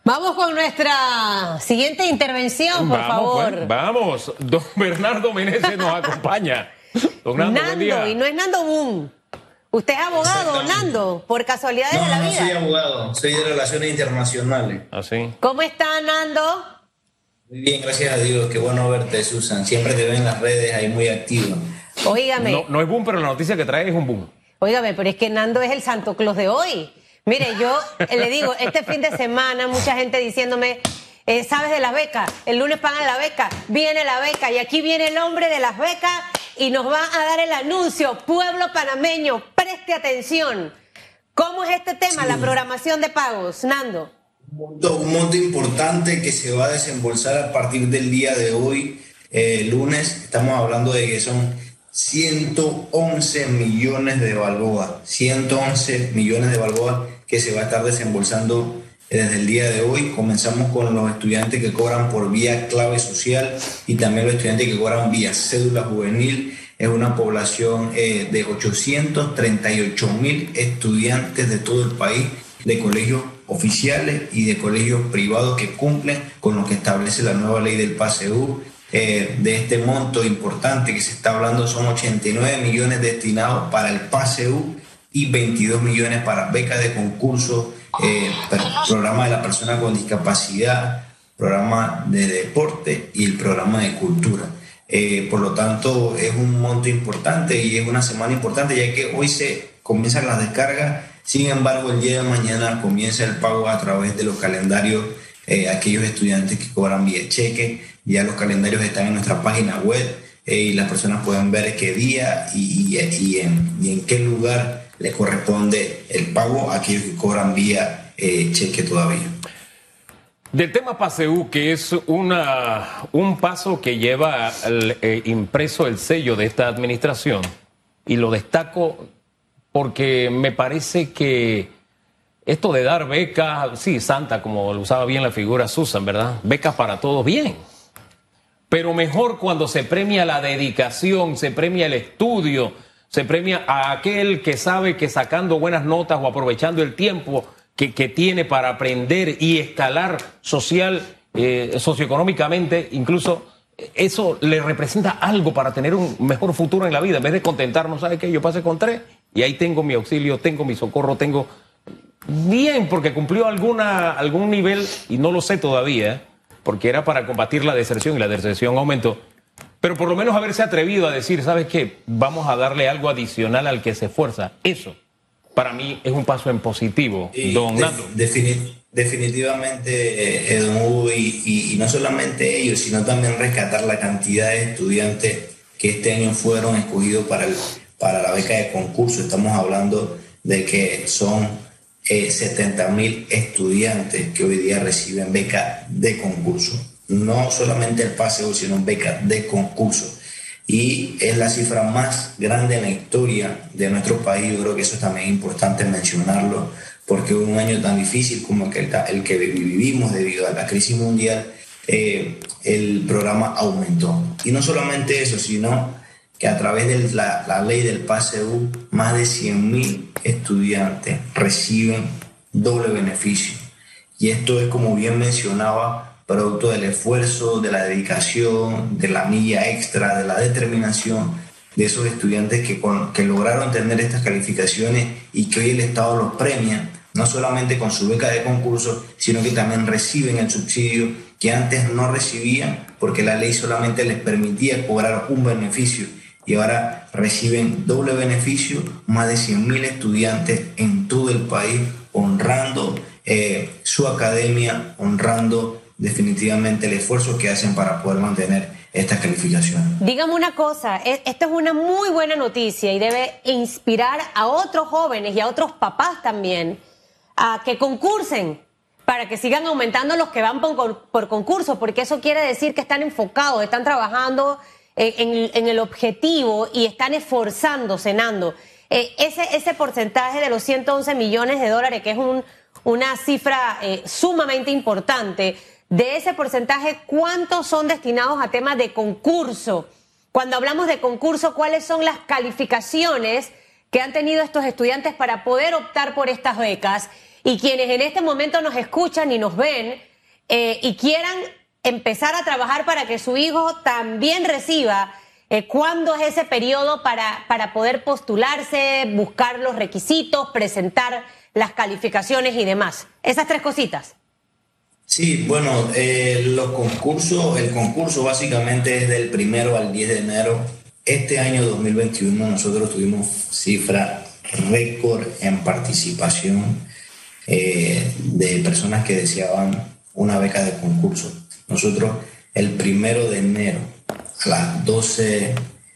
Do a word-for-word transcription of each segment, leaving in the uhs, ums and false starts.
Vamos con nuestra siguiente intervención, por vamos, favor. Pues, vamos, don Bernardo Meneses nos acompaña. Don Nando, Nando, buen día. y no es Nando Boom. ¿Usted es abogado, Nando, por casualidades no, de la no vida? No, soy abogado, soy de Relaciones Internacionales. Así. ¿Cómo está, Nando? Muy bien, gracias a Dios. Qué bueno verte, Susan. Siempre te veo en las redes ahí muy activa. Óigame. No, no es boom, pero la noticia que trae es un boom. Óigame, pero es que Nando es el Santo Claus de hoy. Mire, yo le digo, este fin de semana mucha gente diciéndome, eh, ¿sabes de las becas? El lunes pagan la beca, viene la beca y aquí viene el hombre de las becas y nos va a dar el anuncio. Pueblo panameño, preste atención. ¿Cómo es este tema, sí, la programación de pagos, Nando? Un monto, un monto importante que se va a desembolsar a partir del día de hoy, eh, lunes. Estamos hablando de que son ciento once millones de balboas, ciento once millones de balboas que se va a estar desembolsando desde el día de hoy. Comenzamos con los estudiantes que cobran por vía clave social y también los estudiantes que cobran vía cédula juvenil. Es una población eh, de ochocientos treinta y ocho mil estudiantes de todo el país, de colegios oficiales y de colegios privados que cumplen con lo que establece la nueva ley del PASEU. Eh, de este monto importante que se está hablando son ochenta y nueve millones destinados para el PASEU y veintidós millones para becas de concurso, eh, programa de la persona con discapacidad, programa de deporte y el programa de cultura. Eh, por lo tanto, es un monto importante y es una semana importante, ya que hoy se comienzan las descargas. Sin embargo, el día de mañana comienza el pago a través de los calendarios, eh, aquellos estudiantes que cobran vía cheque. Ya los calendarios están en nuestra página web eh, y las personas pueden ver qué día y, y, y, en, y en qué lugar le corresponde el pago a aquellos que cobran vía eh, cheque todavía. Del tema PASEU, que es una, un paso que lleva el, eh, impreso el sello de esta administración, y lo destaco porque me parece que esto de dar becas, sí, Santa, como lo usaba bien la figura Susan, ¿verdad? Becas para todos, bien. Pero mejor cuando se premia la dedicación, se premia el estudio, se premia a aquel que sabe que sacando buenas notas o aprovechando el tiempo que, que tiene para aprender y escalar social, eh, socioeconómicamente, incluso eso le representa algo para tener un mejor futuro en la vida. En vez de contentarnos, ¿sabe qué? Yo pasé con tres y ahí tengo mi auxilio, tengo mi socorro, tengo... Bien, porque cumplió alguna, algún nivel y no lo sé todavía, ¿eh? Porque era para combatir la deserción y la deserción aumentó. Pero por lo menos haberse atrevido a decir, ¿sabes qué? Vamos a darle algo adicional al que se esfuerza. Eso, para mí, es un paso en positivo, y don de, Nando. Defini definitivamente, eh, don Hugo, y, y, y no solamente ellos, sino también rescatar la cantidad de estudiantes que este año fueron escogidos para, el, para la beca de concurso. Estamos hablando de que son Eh, setenta mil estudiantes que hoy día reciben beca de concurso. No solamente el PASEU, sino beca de concurso. Y es la cifra más grande en la historia de nuestro país. Yo creo que eso también es importante mencionarlo, porque un año tan difícil como el que, el que vivimos debido a la crisis mundial, eh, el programa aumentó. Y no solamente eso, sino que a través de la, la ley del PASEU, más de cien mil estudiantes reciben doble beneficio. Y esto es, como bien mencionaba, producto del esfuerzo, de la dedicación, de la milla extra, de la determinación de esos estudiantes que, con, que lograron tener estas calificaciones y que hoy el Estado los premia, no solamente con su beca de concurso, sino que también reciben el subsidio que antes no recibían porque la ley solamente les permitía cobrar un beneficio. Y ahora reciben doble beneficio, más de cien mil estudiantes en todo el país, honrando eh, su academia, honrando definitivamente el esfuerzo que hacen para poder mantener estas calificaciones. Dígame una cosa, esto es una muy buena noticia y debe inspirar a otros jóvenes y a otros papás también a que concursen para que sigan aumentando los que van por, por concurso, porque eso quiere decir que están enfocados, están trabajando En, en el objetivo y están esforzándose, Nando. Eh, ese, ese porcentaje de los ciento once millones de dólares, que es un, una cifra eh, sumamente importante, de ese porcentaje, ¿cuántos son destinados a temas de concurso? Cuando hablamos de concurso, ¿cuáles son las calificaciones que han tenido estos estudiantes para poder optar por estas becas? y quienes en este momento nos escuchan y nos ven eh, y quieran empezar a trabajar para que su hijo también reciba, eh, ¿cuándo es ese periodo para, para poder postularse, buscar los requisitos, presentar las calificaciones y demás? Esas tres cositas. Sí, bueno, eh, los concursos, el concurso básicamente es del primero al diez de enero. Este año dos mil veintiuno nosotros tuvimos cifra récord en participación eh, de personas que deseaban una beca de concurso. Nosotros el primero de enero a las doce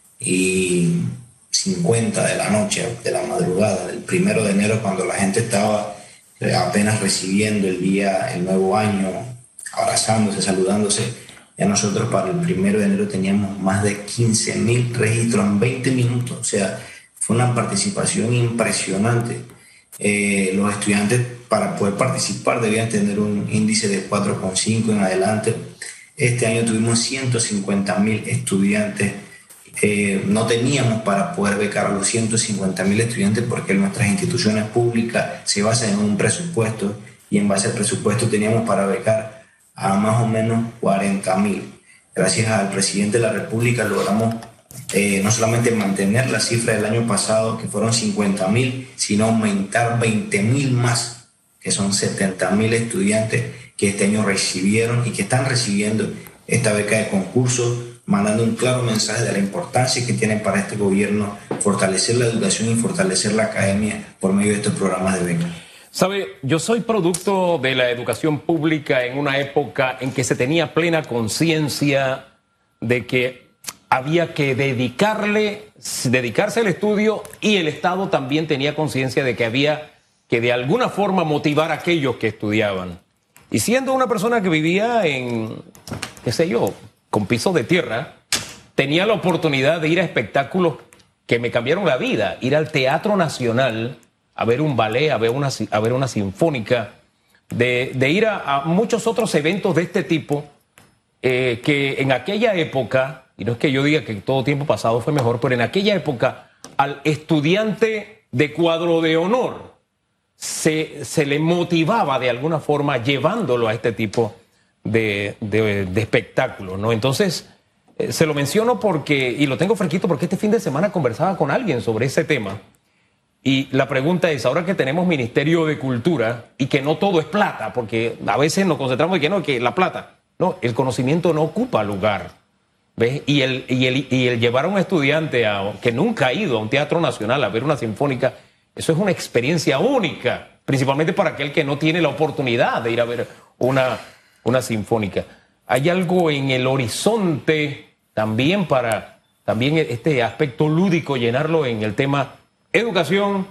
y cincuenta de la noche, de la madrugada, del primero de enero, cuando la gente estaba apenas recibiendo el día, el nuevo año, abrazándose, saludándose, ya nosotros para el primero de enero teníamos más de quince mil registros en veinte minutos. O sea, fue una participación impresionante. Eh, los estudiantes, para poder participar, debían tener un índice de cuatro coma cinco en adelante. Este año tuvimos ciento cincuenta mil estudiantes. Eh, no teníamos para poder becar a los ciento cincuenta mil estudiantes porque nuestras instituciones públicas se basan en un presupuesto y en base al presupuesto teníamos para becar a más o menos cuarenta mil. Gracias al presidente de la República logramos eh, no solamente mantener la cifra del año pasado, que fueron cincuenta mil, sino aumentar veinte mil más, que son setenta mil estudiantes que este año recibieron y que están recibiendo esta beca de concurso, mandando un claro mensaje de la importancia que tiene para este gobierno fortalecer la educación y fortalecer la academia por medio de estos programas de beca. Sabe, yo soy producto de la educación pública en una época en que se tenía plena conciencia de que había que dedicarle, dedicarse al estudio, y el Estado también tenía conciencia de que había que de alguna forma motivar a aquellos que estudiaban. Y siendo una persona que vivía en, qué sé yo, con pisos de tierra, tenía la oportunidad de ir a espectáculos que me cambiaron la vida. Ir al Teatro Nacional a ver un ballet, a ver una, a ver una sinfónica, de, de ir a, a muchos otros eventos de este tipo, eh, que en aquella época, y no es que yo diga que todo tiempo pasado fue mejor, pero en aquella época al estudiante de cuadro de honor se, se le motivaba de alguna forma llevándolo a este tipo de, de, de espectáculos, ¿no? Entonces, eh, se lo menciono porque, y lo tengo fresquito porque este fin de semana conversaba con alguien sobre ese tema. Y la pregunta es, ahora que tenemos Ministerio de Cultura y que no todo es plata, porque a veces nos concentramos en que no, que la plata, no, el conocimiento no ocupa lugar, ¿ves? Y el, y el, y el llevar a un estudiante a, que nunca ha ido a un teatro nacional a ver una sinfónica, eso es una experiencia única, principalmente para aquel que no tiene la oportunidad de ir a ver una, una sinfónica. Hay algo en el horizonte también para también este aspecto lúdico, llenarlo en el tema educación,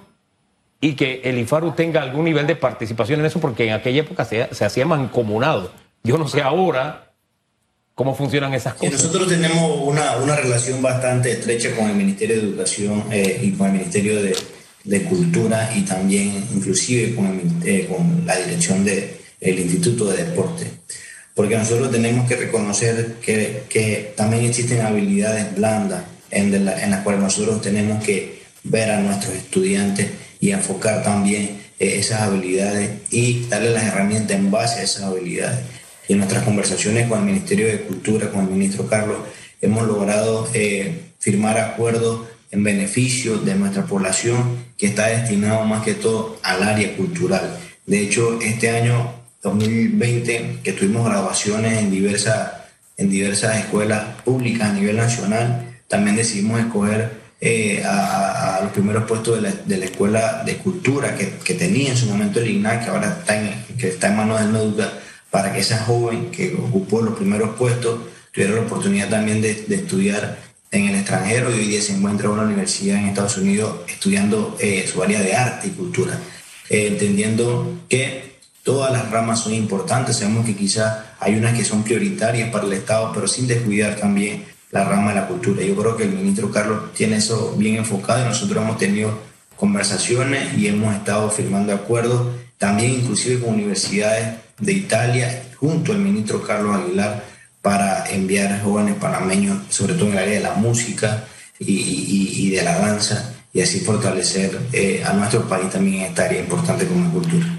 y que el IFARU tenga algún nivel de participación en eso, porque en aquella época se, se hacía mancomunado. Yo no sé ahora cómo funcionan esas cosas. Sí, nosotros tenemos una, una relación bastante estrecha con el Ministerio de Educación eh, y con el Ministerio de, de Cultura, y también inclusive con, el, eh, con la dirección del Instituto de Deporte, porque nosotros tenemos que reconocer que, que también existen habilidades blandas en, de la, en las cuales nosotros tenemos que ver a nuestros estudiantes y enfocar también eh, esas habilidades y darle las herramientas en base a esas habilidades. Y en nuestras conversaciones con el Ministerio de Cultura, con el ministro Carlos, hemos logrado eh, firmar acuerdos en beneficio de nuestra población, que está destinado más que todo al área cultural. De hecho, este año dos mil veinte, que tuvimos graduaciones en diversas, en diversas escuelas públicas a nivel nacional, también decidimos escoger Eh, a, a los primeros puestos de la, de la Escuela de Cultura que, que tenía en su momento el IGNAC, que ahora está en, que está en manos del MEDUCA, para que esa joven que ocupó los primeros puestos tuviera la oportunidad también de, de estudiar en el extranjero, y hoy día se encuentra en una universidad en Estados Unidos estudiando eh, su área de arte y cultura, eh, entendiendo que todas las ramas son importantes. Sabemos que quizás hay unas que son prioritarias para el Estado, pero sin descuidar también la rama de la cultura. Yo creo que el ministro Carlos tiene eso bien enfocado, y nosotros hemos tenido conversaciones y hemos estado firmando acuerdos, también inclusive con universidades de Italia, junto al ministro Carlos Aguilar, para enviar jóvenes panameños, sobre todo en el área de la música y, y, y de la danza, y así fortalecer eh, a nuestro país también en esta área importante como la cultura.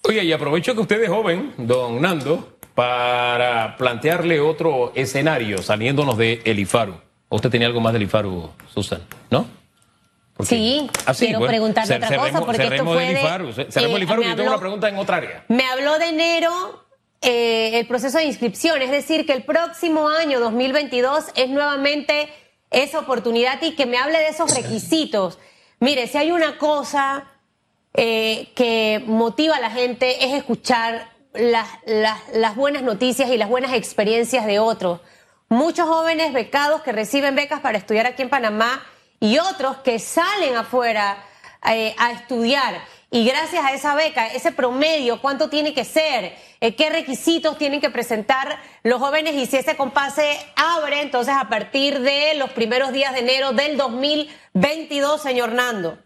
Oye, y aprovecho que usted es joven, don Nando, para plantearle otro escenario, saliéndonos de el IFARU. ¿Usted tenía algo más del IFARU, Susan? ¿No? Porque, sí, ah, sí, quiero bueno, preguntarle otra cerremos, cosa, porque esto fue de... IFARU, cerremos el IFARU, y yo tengo una pregunta en otra área. Me habló de enero eh, el proceso de inscripción, es decir, que el próximo año, dos mil veintidós, es nuevamente esa oportunidad y que me hable de esos requisitos. Mire, si hay una cosa eh, que motiva a la gente es escuchar las, las, las buenas noticias y las buenas experiencias de otros. Muchos jóvenes becados que reciben becas para estudiar aquí en Panamá y otros que salen afuera eh, a estudiar. Y gracias a esa beca, ese promedio, ¿cuánto tiene que ser? Eh, ¿Qué requisitos tienen que presentar los jóvenes? Y si ese compás se abre, entonces a partir de los primeros días de enero del dos mil veintidós, señor Nando.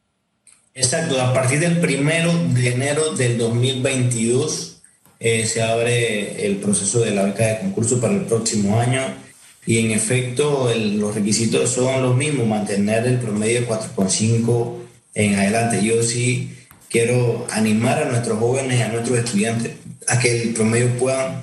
Exacto, a partir del primero de enero del dos mil veintidós eh, se abre el proceso de la beca de concurso para el próximo año y en efecto el, los requisitos son los mismos, mantener el promedio de cuatro coma cinco en adelante. Yo sí quiero animar a nuestros jóvenes y a nuestros estudiantes a que el promedio puedan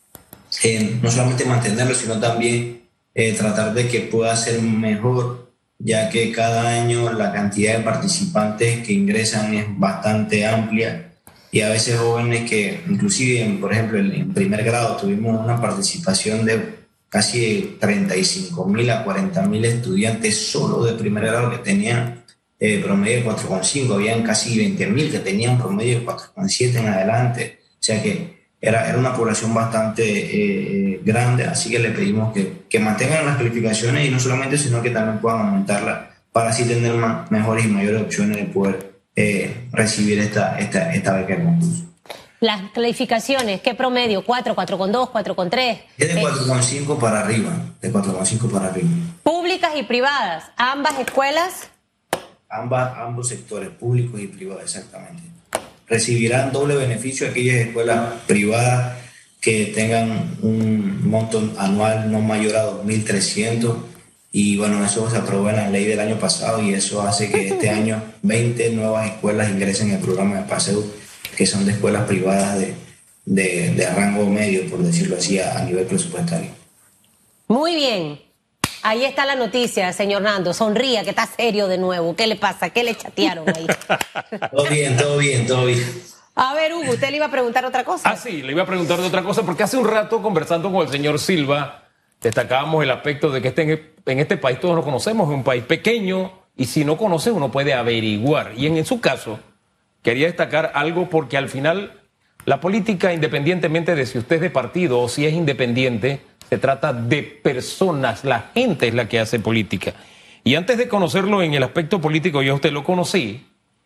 eh, no solamente mantenerlo, sino también eh, tratar de que pueda ser mejor, ya que cada año la cantidad de participantes que ingresan es bastante amplia y a veces jóvenes que inclusive, en, por ejemplo, en primer grado tuvimos una participación de casi treinta y cinco mil a cuarenta mil estudiantes solo de primer grado que tenían eh, promedio de cuatro coma cinco, habían casi veinte mil que tenían promedio de cuatro coma siete en adelante, o sea que era, era una población bastante eh, grande, así que le pedimos que, que mantengan las calificaciones y no solamente, sino que también puedan aumentarlas para así tener más, mejores y mayores opciones de poder eh, recibir esta, esta, esta beca de concurso. Las calificaciones, ¿qué promedio? ¿cuatro, cuatro coma dos, cuatro coma tres? Es de cuatro coma cinco para arriba, de cuatro coma cinco para arriba. ¿Públicas y privadas? ¿Ambas escuelas? Ambas, ambos sectores, públicos y privados, exactamente. Recibirán doble beneficio aquellas escuelas privadas que tengan un monto anual no mayor a dos mil trescientos y bueno, eso se aprobó en la ley del año pasado y eso hace que este año veinte nuevas escuelas ingresen en el programa de PASEU, que son de escuelas privadas de, de, de rango medio, por decirlo así, a, a nivel presupuestario. Muy bien. Ahí está la noticia, señor Nando. Sonría, que está serio de nuevo. ¿Qué le pasa? ¿Qué le chatearon ahí? Todo bien, todo bien, todo bien. A ver, Hugo, ¿usted le iba a preguntar otra cosa? Ah, sí, le iba a preguntar de otra cosa, porque hace un rato, conversando con el señor Silva, destacábamos el aspecto de que este, en este país todos nos conocemos, es un país pequeño, y si no conoce uno puede averiguar. Y en, en su caso, quería destacar algo porque al final la política, independientemente de si usted es de partido o si es independiente, se trata de personas, la gente es la que hace política. Y antes de conocerlo en el aspecto político, yo a usted lo conocí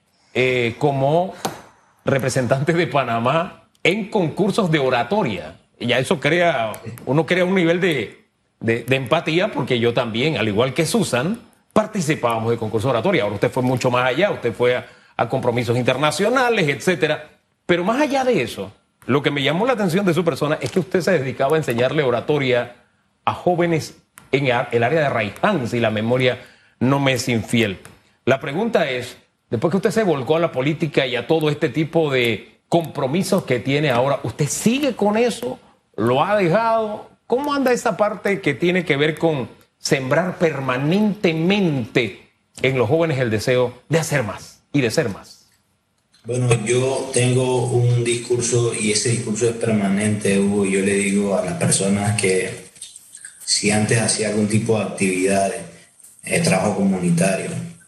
eh, como representante de Panamá en concursos de oratoria. Y ya eso crea, uno crea un nivel de, de, de empatía, porque yo también, al igual que Susan, participábamos de concursos de oratoria. Ahora usted fue mucho más allá, usted fue a, a compromisos internacionales, etcétera. Pero más allá de eso, lo que me llamó la atención de su persona es que usted se dedicaba a enseñarle oratoria a jóvenes en el área de Raiján, si la memoria no me es infiel. La pregunta es, después que usted se volcó a la política y a todo este tipo de compromisos que tiene ahora, ¿usted sigue con eso? ¿Lo ha dejado? ¿Cómo anda esa parte que tiene que ver con sembrar permanentemente en los jóvenes el deseo de hacer más y de ser más? Bueno, yo tengo un discurso y ese discurso es permanente, Hugo. Yo le digo a las personas que si antes hacía algún tipo de actividades, eh, trabajo comunitario,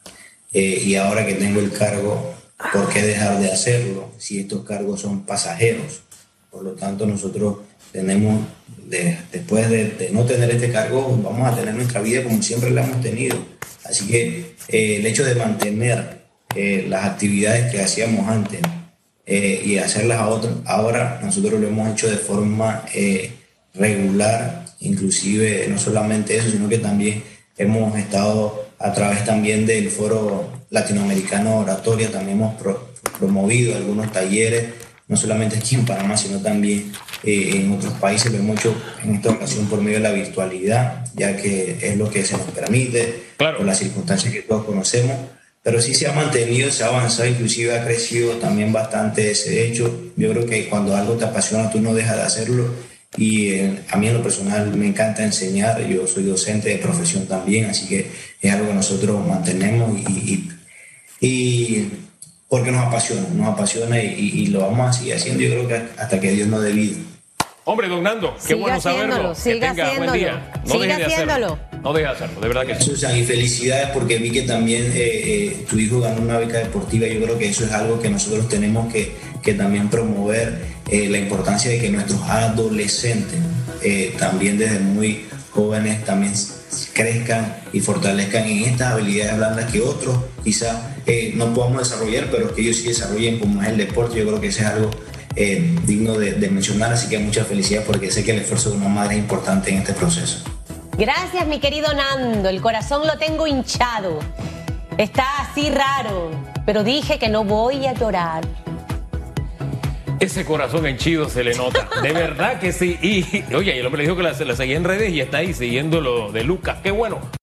eh, y ahora que tengo el cargo, ¿por qué dejar de hacerlo si estos cargos son pasajeros? Por lo tanto, nosotros tenemos, de, después de, de no tener este cargo, vamos a tener nuestra vida como siempre la hemos tenido. Así que eh, el hecho de mantener Eh, las actividades que hacíamos antes eh, y hacerlas a otro, ahora nosotros lo hemos hecho de forma eh, regular, inclusive no solamente eso, sino que también hemos estado a través también del Foro Latinoamericano de Oratoria, también hemos pro, promovido algunos talleres, no solamente aquí en Panamá, sino también eh, en otros países. Lo hemos hecho en esta ocasión por medio de la virtualidad, ya que es lo que se nos permite, claro, por las circunstancias que todos conocemos. pero sí se ha mantenido, se ha avanzado, inclusive ha crecido también bastante ese hecho. Yo creo que cuando algo te apasiona tú no dejas de hacerlo y eh, a mí en lo personal me encanta enseñar, yo soy docente de profesión también, así que es algo que nosotros mantenemos y, y, y porque nos apasiona, nos apasiona y, y lo vamos a seguir haciendo, yo creo que hasta que Dios nos dé vida. Hombre, don Nando, qué Siga bueno saberlo. siga que tenga haciéndolo. buen día. No Siga deje de haciéndolo. hacerlo. No deje de hacerlo, de verdad que sí. Susan, y felicidades porque vi que también eh, eh, tu hijo ganó una beca deportiva. Yo creo que eso es algo que nosotros tenemos que, que también promover, eh, la importancia de que nuestros adolescentes eh, también desde muy jóvenes también crezcan y fortalezcan en estas habilidades blandas que otros quizás eh, no podamos desarrollar, pero que ellos sí desarrollen como es el deporte. Yo creo que eso es algo eh, digno de, de mencionar, así que mucha felicidad porque sé que el esfuerzo de una madre es importante en este proceso. Gracias, mi querido Nando. El corazón lo tengo hinchado. Está así raro, pero dije que no voy a llorar. Ese corazón henchido se le nota. De verdad que sí. Y, oye, el hombre le dijo que la, la seguía en redes y está ahí siguiendo lo de Lucas. Qué bueno.